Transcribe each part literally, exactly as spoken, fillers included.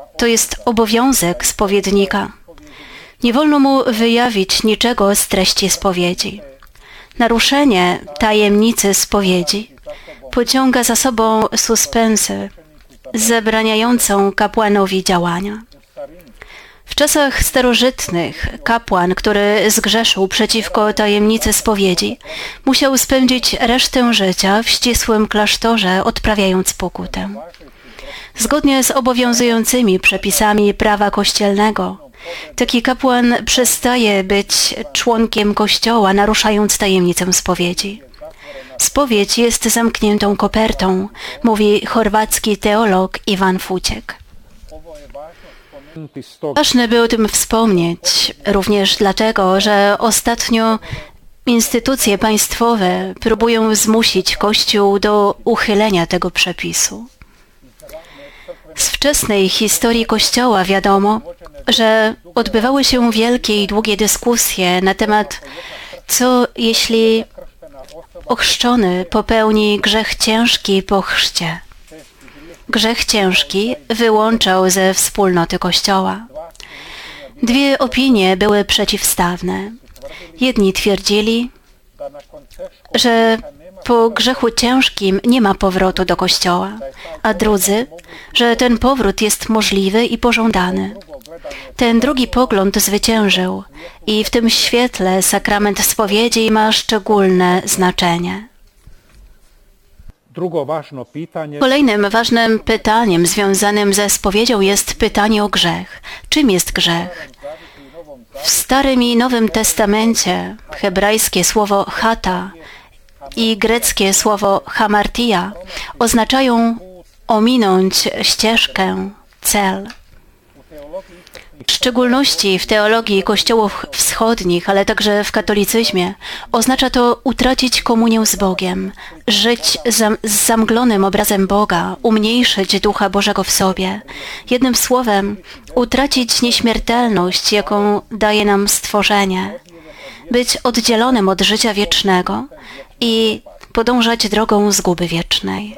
To jest obowiązek spowiednika. Nie wolno mu wyjawić niczego z treści spowiedzi. Naruszenie tajemnicy spowiedzi pociąga za sobą suspensę zabraniającą kapłanowi działania. W czasach starożytnych kapłan, który zgrzeszył przeciwko tajemnicy spowiedzi, musiał spędzić resztę życia w ścisłym klasztorze, odprawiając pokutę. Zgodnie z obowiązującymi przepisami prawa kościelnego, taki kapłan przestaje być członkiem Kościoła, naruszając tajemnicę spowiedzi. Spowiedź jest zamkniętą kopertą, mówi chorwacki teolog Iwan Fuciek. Ważne by o tym wspomnieć, również dlatego, że ostatnio instytucje państwowe próbują zmusić Kościół do uchylenia tego przepisu. Z wczesnej historii Kościoła wiadomo, że odbywały się wielkie i długie dyskusje na temat, co jeśli ochrzczony popełni grzech ciężki po chrzcie. Grzech ciężki wyłączał ze wspólnoty Kościoła. Dwie opinie były przeciwstawne. Jedni twierdzili, że po grzechu ciężkim nie ma powrotu do Kościoła, a drudzy, że ten powrót jest możliwy i pożądany. Ten drugi pogląd zwyciężył i w tym świetle sakrament spowiedzi ma szczególne znaczenie. Kolejnym ważnym pytaniem związanym ze spowiedzią jest pytanie o grzech. Czym jest grzech? W Starym i Nowym Testamencie hebrajskie słowo chata i greckie słowo hamartia oznaczają ominąć ścieżkę, cel. W szczególności w teologii kościołów wschodnich, ale także w katolicyzmie, oznacza to utracić komunię z Bogiem, żyć zam z zamglonym obrazem Boga, umniejszyć Ducha Bożego w sobie. Jednym słowem, utracić nieśmiertelność, jaką daje nam stworzenie, być oddzielonym od życia wiecznego i podążać drogą zguby wiecznej.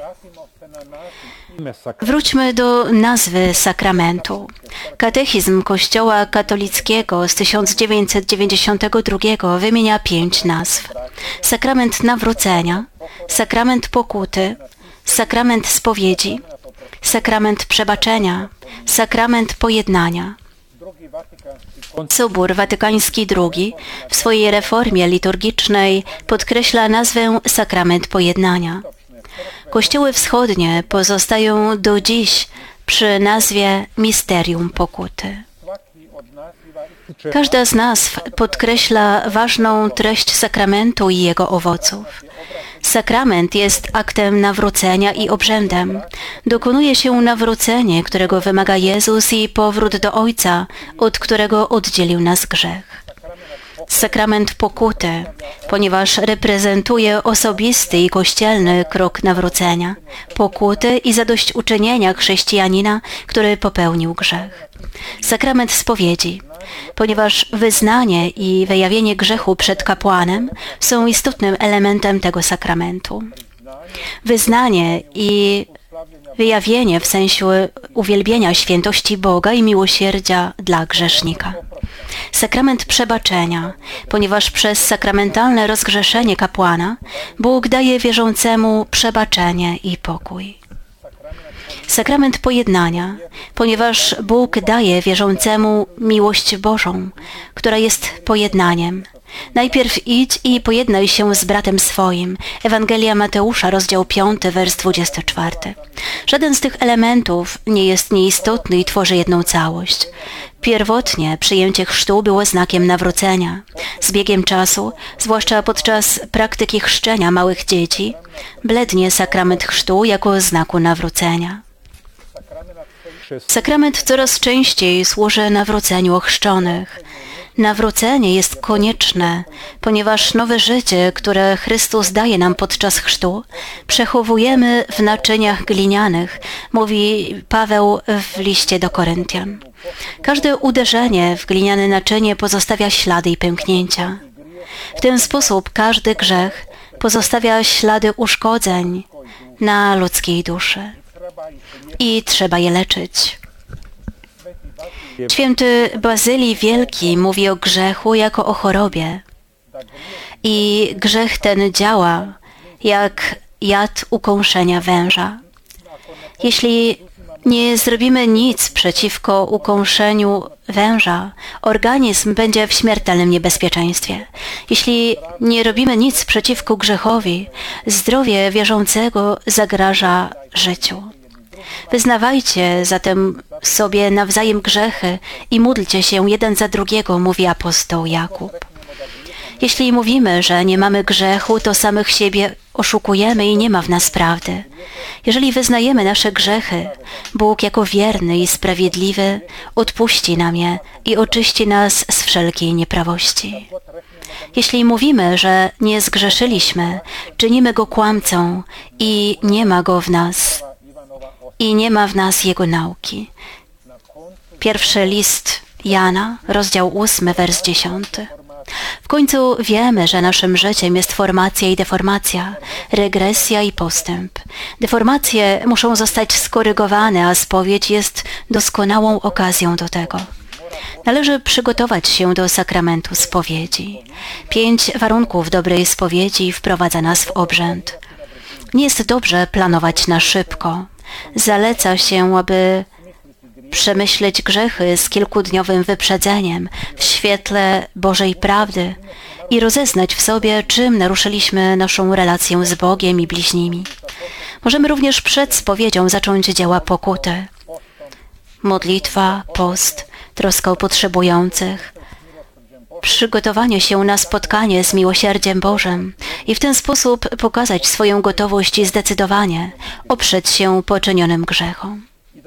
Wróćmy do nazwy sakramentu. Katechizm Kościoła katolickiego z tysiąc dziewięćset dziewięćdziesiątego drugiego wymienia pięć nazw. Sakrament nawrócenia, sakrament pokuty, sakrament spowiedzi, sakrament przebaczenia, sakrament pojednania. Sobór Watykański drugi w swojej reformie liturgicznej podkreśla nazwę sakrament pojednania. Kościoły wschodnie pozostają do dziś przy nazwie misterium pokuty. Każda z nazw podkreśla ważną treść sakramentu i jego owoców. Sakrament jest aktem nawrócenia i obrzędem. Dokonuje się nawrócenie, którego wymaga Jezus, i powrót do Ojca, od którego oddzielił nas grzech. Sakrament pokuty, ponieważ reprezentuje osobisty i kościelny krok nawrócenia, pokuty i zadośćuczynienia chrześcijanina, który popełnił grzech. Sakrament spowiedzi, ponieważ wyznanie i wyjawienie grzechu przed kapłanem są istotnym elementem tego sakramentu. Wyznanie i wyjawienie w sensie uwielbienia świętości Boga i miłosierdzia dla grzesznika. Sakrament przebaczenia, ponieważ przez sakramentalne rozgrzeszenie kapłana Bóg daje wierzącemu przebaczenie i pokój. Sakrament pojednania, ponieważ Bóg daje wierzącemu miłość Bożą, która jest pojednaniem. Najpierw idź i pojednaj się z bratem swoim. Ewangelia Mateusza, rozdział piąty, wers dwudziesty czwarty. Żaden z tych elementów nie jest nieistotny i tworzy jedną całość. Pierwotnie przyjęcie chrztu było znakiem nawrócenia. Z biegiem czasu, zwłaszcza podczas praktyki chrzczenia małych dzieci, blednie sakrament chrztu jako znaku nawrócenia. Sakrament coraz częściej służy nawróceniu ochrzczonych. Nawrócenie jest konieczne, ponieważ nowe życie, które Chrystus daje nam podczas chrztu, przechowujemy w naczyniach glinianych, mówi Paweł w liście do Koryntian. Każde uderzenie w gliniane naczynie pozostawia ślady i pęknięcia. W ten sposób każdy grzech pozostawia ślady uszkodzeń na ludzkiej duszy i trzeba je leczyć. Święty Bazylii Wielki mówi o grzechu jako o chorobie. I grzech ten działa jak jad ukąszenia węża. Jeśli nie zrobimy nic przeciwko ukąszeniu węża, organizm będzie w śmiertelnym niebezpieczeństwie. Jeśli nie robimy nic przeciwko grzechowi, zdrowie wierzącego zagraża życiu. Wyznawajcie zatem sobie nawzajem grzechy i módlcie się jeden za drugiego, mówi apostoł Jakub. Jeśli mówimy, że nie mamy grzechu, to samych siebie oszukujemy i nie ma w nas prawdy. Jeżeli wyznajemy nasze grzechy, Bóg jako wierny i sprawiedliwy odpuści nam je i oczyści nas z wszelkiej nieprawości. Jeśli mówimy, że nie zgrzeszyliśmy, czynimy Go kłamcą i nie ma Go w nas i nie ma w nas Jego nauki. Pierwszy list Jana, rozdział ósmy, wers dziesiąty. W końcu wiemy, że naszym życiem jest formacja i deformacja, regresja i postęp. Deformacje muszą zostać skorygowane, a spowiedź jest doskonałą okazją do tego. Należy przygotować się do sakramentu spowiedzi. Pięć warunków dobrej spowiedzi wprowadza nas w obrzęd. Nie jest dobrze planować na szybko. Zaleca się, aby przemyśleć grzechy z kilkudniowym wyprzedzeniem w świetle Bożej prawdy i rozeznać w sobie, czym naruszyliśmy naszą relację z Bogiem i bliźnimi. Możemy również przed spowiedzią zacząć dzieła pokuty. Modlitwa, post, troska o potrzebujących, przygotowanie się na spotkanie z miłosierdziem Bożym i w ten sposób pokazać swoją gotowość i zdecydowanie oprzeć się poczynionym grzechom.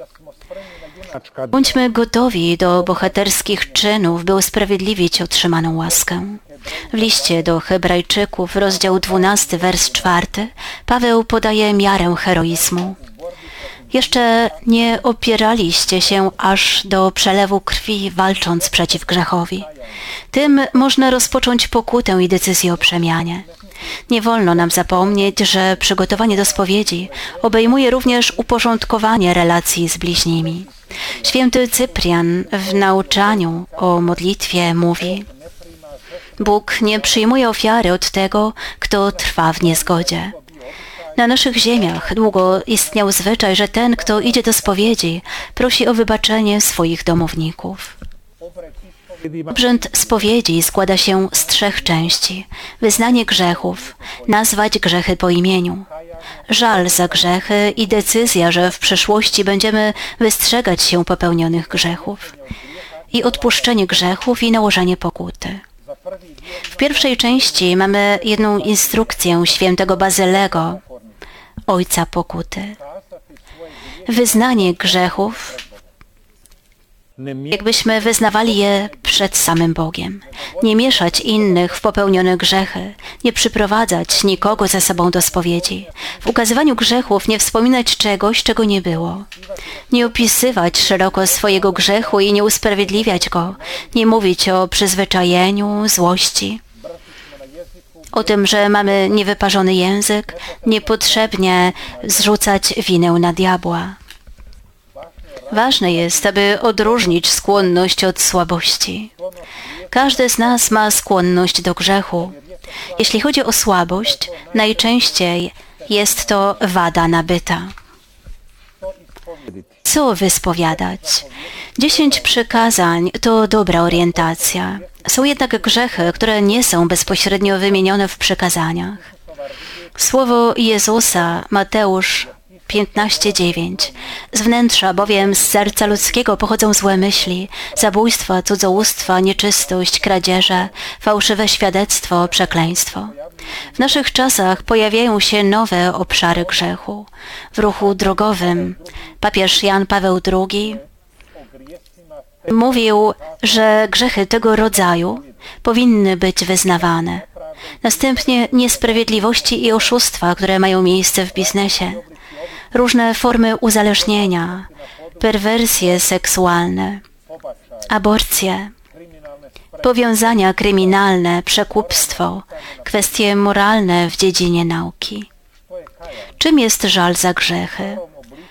Bądźmy gotowi do bohaterskich czynów, by usprawiedliwić otrzymaną łaskę. W liście do Hebrajczyków, rozdział dwunasty, wers czwarty, Paweł podaje miarę heroizmu. Jeszcze nie opieraliście się aż do przelewu krwi, walcząc przeciw grzechowi. Tym można rozpocząć pokutę i decyzję o przemianie. Nie wolno nam zapomnieć, że przygotowanie do spowiedzi obejmuje również uporządkowanie relacji z bliźnimi. Święty Cyprian w nauczaniu o modlitwie mówi: Bóg nie przyjmuje ofiary od tego, kto trwa w niezgodzie. Na naszych ziemiach długo istniał zwyczaj, że ten, kto idzie do spowiedzi, prosi o wybaczenie swoich domowników. Obrzęd spowiedzi składa się z trzech części. Wyznanie grzechów, nazwać grzechy po imieniu, żal za grzechy i decyzja, że w przyszłości będziemy wystrzegać się popełnionych grzechów, i odpuszczenie grzechów i nałożenie pokuty. W pierwszej części mamy jedną instrukcję świętego Bazylego, ojca pokuty. Wyznanie grzechów, jakbyśmy wyznawali je przed samym Bogiem. Nie mieszać innych w popełnione grzechy, nie przyprowadzać nikogo ze sobą do spowiedzi. W ukazywaniu grzechów nie wspominać czegoś, czego nie było. Nie opisywać szeroko swojego grzechu i nie usprawiedliwiać go. Nie mówić o przyzwyczajeniu, złości. O tym, że mamy niewyparzony język, niepotrzebnie zrzucać winę na diabła. Ważne jest, aby odróżnić skłonność od słabości. Każdy z nas ma skłonność do grzechu. Jeśli chodzi o słabość, najczęściej jest to wada nabyta. Co wyspowiadać? Dziesięć przykazań to dobra orientacja. Są jednak grzechy, które nie są bezpośrednio wymienione w przykazaniach. Słowo Jezusa, Mateusz piętnaście dziewięć. Z wnętrza bowiem z serca ludzkiego pochodzą złe myśli, zabójstwa, cudzołóstwa, nieczystość, kradzieże, fałszywe świadectwo, przekleństwo. W naszych czasach pojawiają się nowe obszary grzechu. W ruchu drogowym papież Jan Paweł drugi mówił, że grzechy tego rodzaju powinny być wyznawane. Następnie niesprawiedliwości i oszustwa, które mają miejsce w biznesie. Różne formy uzależnienia, perwersje seksualne, aborcje, powiązania kryminalne, przekupstwo, kwestie moralne w dziedzinie nauki. Czym jest żal za grzechy?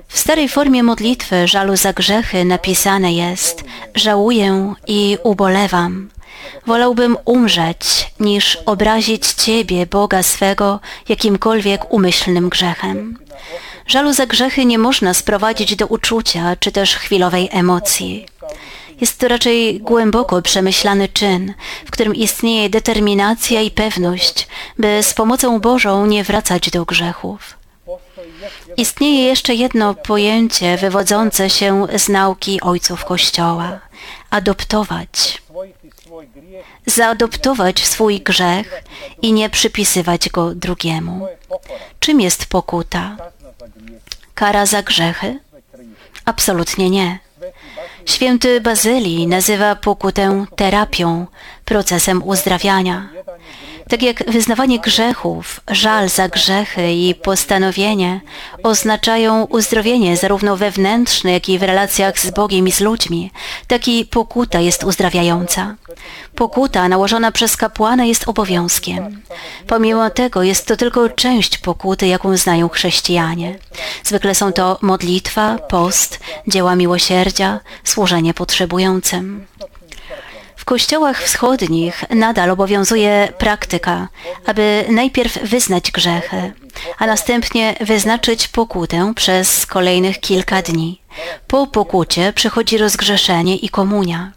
W starej formie modlitwy żalu za grzechy napisane jest: żałuję i ubolewam. Wolałbym umrzeć, niż obrazić Ciebie, Boga swego, jakimkolwiek umyślnym grzechem. Żalu za grzechy nie można sprowadzić do uczucia, czy też chwilowej emocji. Jest to raczej głęboko przemyślany czyn, w którym istnieje determinacja i pewność, by z pomocą Bożą nie wracać do grzechów. Istnieje jeszcze jedno pojęcie wywodzące się z nauki ojców Kościoła. Adoptować. Zaadoptować swój grzech i nie przypisywać go drugiemu. Czym jest pokuta? Kara za grzechy? Absolutnie nie. Święty Bazylii nazywa pokutę terapią, procesem uzdrawiania. Tak jak wyznawanie grzechów, żal za grzechy i postanowienie oznaczają uzdrowienie zarówno wewnętrzne, jak i w relacjach z Bogiem i z ludźmi, tak i pokuta jest uzdrawiająca. Pokuta nałożona przez kapłana jest obowiązkiem. Pomimo tego jest to tylko część pokuty, jaką znają chrześcijanie. Zwykle są to modlitwa, post, dzieła miłosierdzia, służenie potrzebującym. W kościołach wschodnich nadal obowiązuje praktyka, aby najpierw wyznać grzechy, a następnie wyznaczyć pokutę przez kolejnych kilka dni. Po pokucie przychodzi rozgrzeszenie i komunia.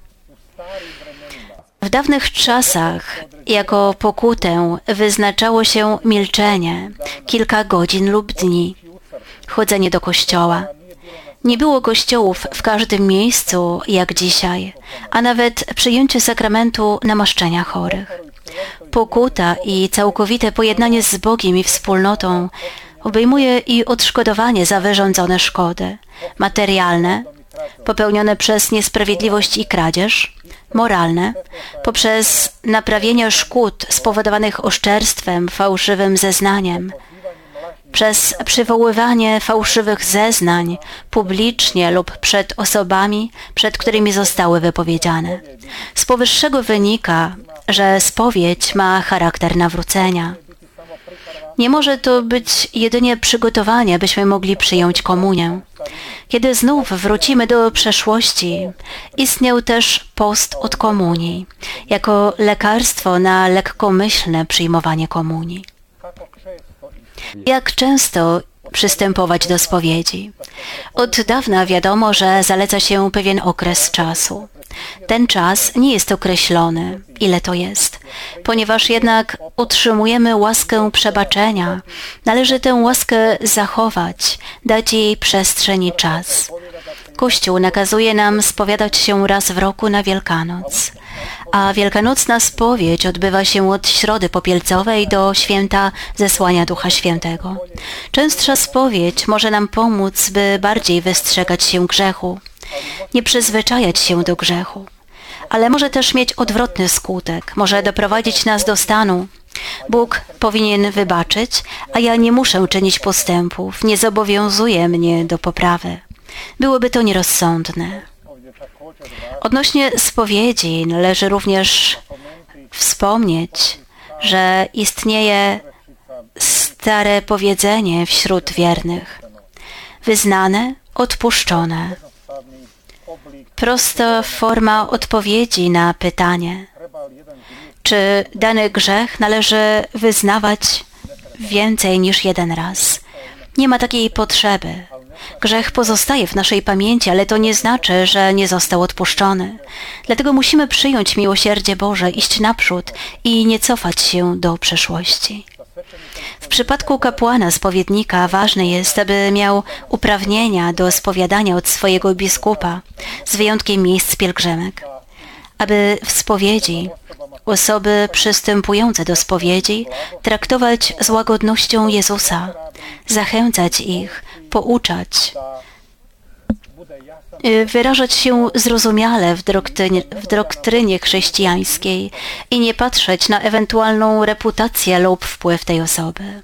W dawnych czasach jako pokutę wyznaczało się milczenie, kilka godzin lub dni, chodzenie do kościoła. Nie było kościołów w każdym miejscu, jak dzisiaj, a nawet przyjęcie sakramentu namaszczenia chorych. Pokuta i całkowite pojednanie z Bogiem i wspólnotą obejmuje i odszkodowanie za wyrządzone szkody materialne, popełnione przez niesprawiedliwość i kradzież, moralne, poprzez naprawienie szkód spowodowanych oszczerstwem, fałszywym zeznaniem, przez przywoływanie fałszywych zeznań publicznie lub przed osobami, przed którymi zostały wypowiedziane. Z powyższego wynika, że spowiedź ma charakter nawrócenia. Nie może to być jedynie przygotowanie, byśmy mogli przyjąć komunię. Kiedy znów wrócimy do przeszłości, istniał też post od komunii, jako lekarstwo na lekkomyślne przyjmowanie komunii. Jak często przystępować do spowiedzi? Od dawna wiadomo, że zaleca się pewien okres czasu. Ten czas nie jest określony, ile to jest. Ponieważ jednak utrzymujemy łaskę przebaczenia, należy tę łaskę zachować, dać jej przestrzeń i czas. Kościół nakazuje nam spowiadać się raz w roku na Wielkanoc, a wielkanocna spowiedź odbywa się od Środy Popielcowej do święta Zesłania Ducha Świętego. Częstsza spowiedź może nam pomóc, by bardziej wystrzegać się grzechu, nie przyzwyczajać się do grzechu, ale może też mieć odwrotny skutek, może doprowadzić nas do stanu: Bóg powinien wybaczyć, a ja nie muszę czynić postępów, nie zobowiązuje mnie do poprawy. Byłoby to nierozsądne. Odnośnie spowiedzi należy również wspomnieć, że istnieje stare powiedzenie wśród wiernych: wyznane, odpuszczone. Prosta forma odpowiedzi na pytanie, czy dany grzech należy wyznawać więcej niż jeden raz. Nie ma takiej potrzeby. Grzech pozostaje w naszej pamięci, ale to nie znaczy, że nie został odpuszczony. Dlatego musimy przyjąć miłosierdzie Boże, iść naprzód i nie cofać się do przeszłości. W przypadku kapłana spowiednika ważne jest, aby miał uprawnienia do spowiadania od swojego biskupa, z wyjątkiem miejsc pielgrzymek. Aby w spowiedzi osoby przystępujące do spowiedzi traktować z łagodnością Jezusa, zachęcać ich, pouczać, wyrażać się zrozumiale w doktrynie, w doktrynie chrześcijańskiej i nie patrzeć na ewentualną reputację lub wpływ tej osoby.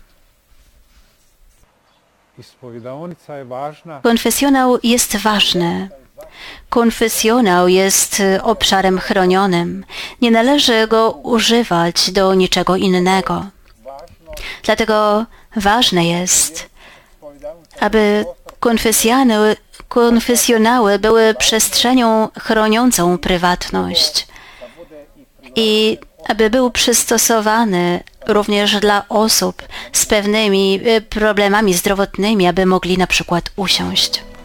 Konfesjonał jest ważny. Konfesjonał jest obszarem chronionym. Nie należy go używać do niczego innego. Dlatego ważne jest, aby konfesjany, konfesjonały były przestrzenią chroniącą prywatność i aby był przystosowany również dla osób z pewnymi problemami zdrowotnymi, aby mogli na przykład usiąść.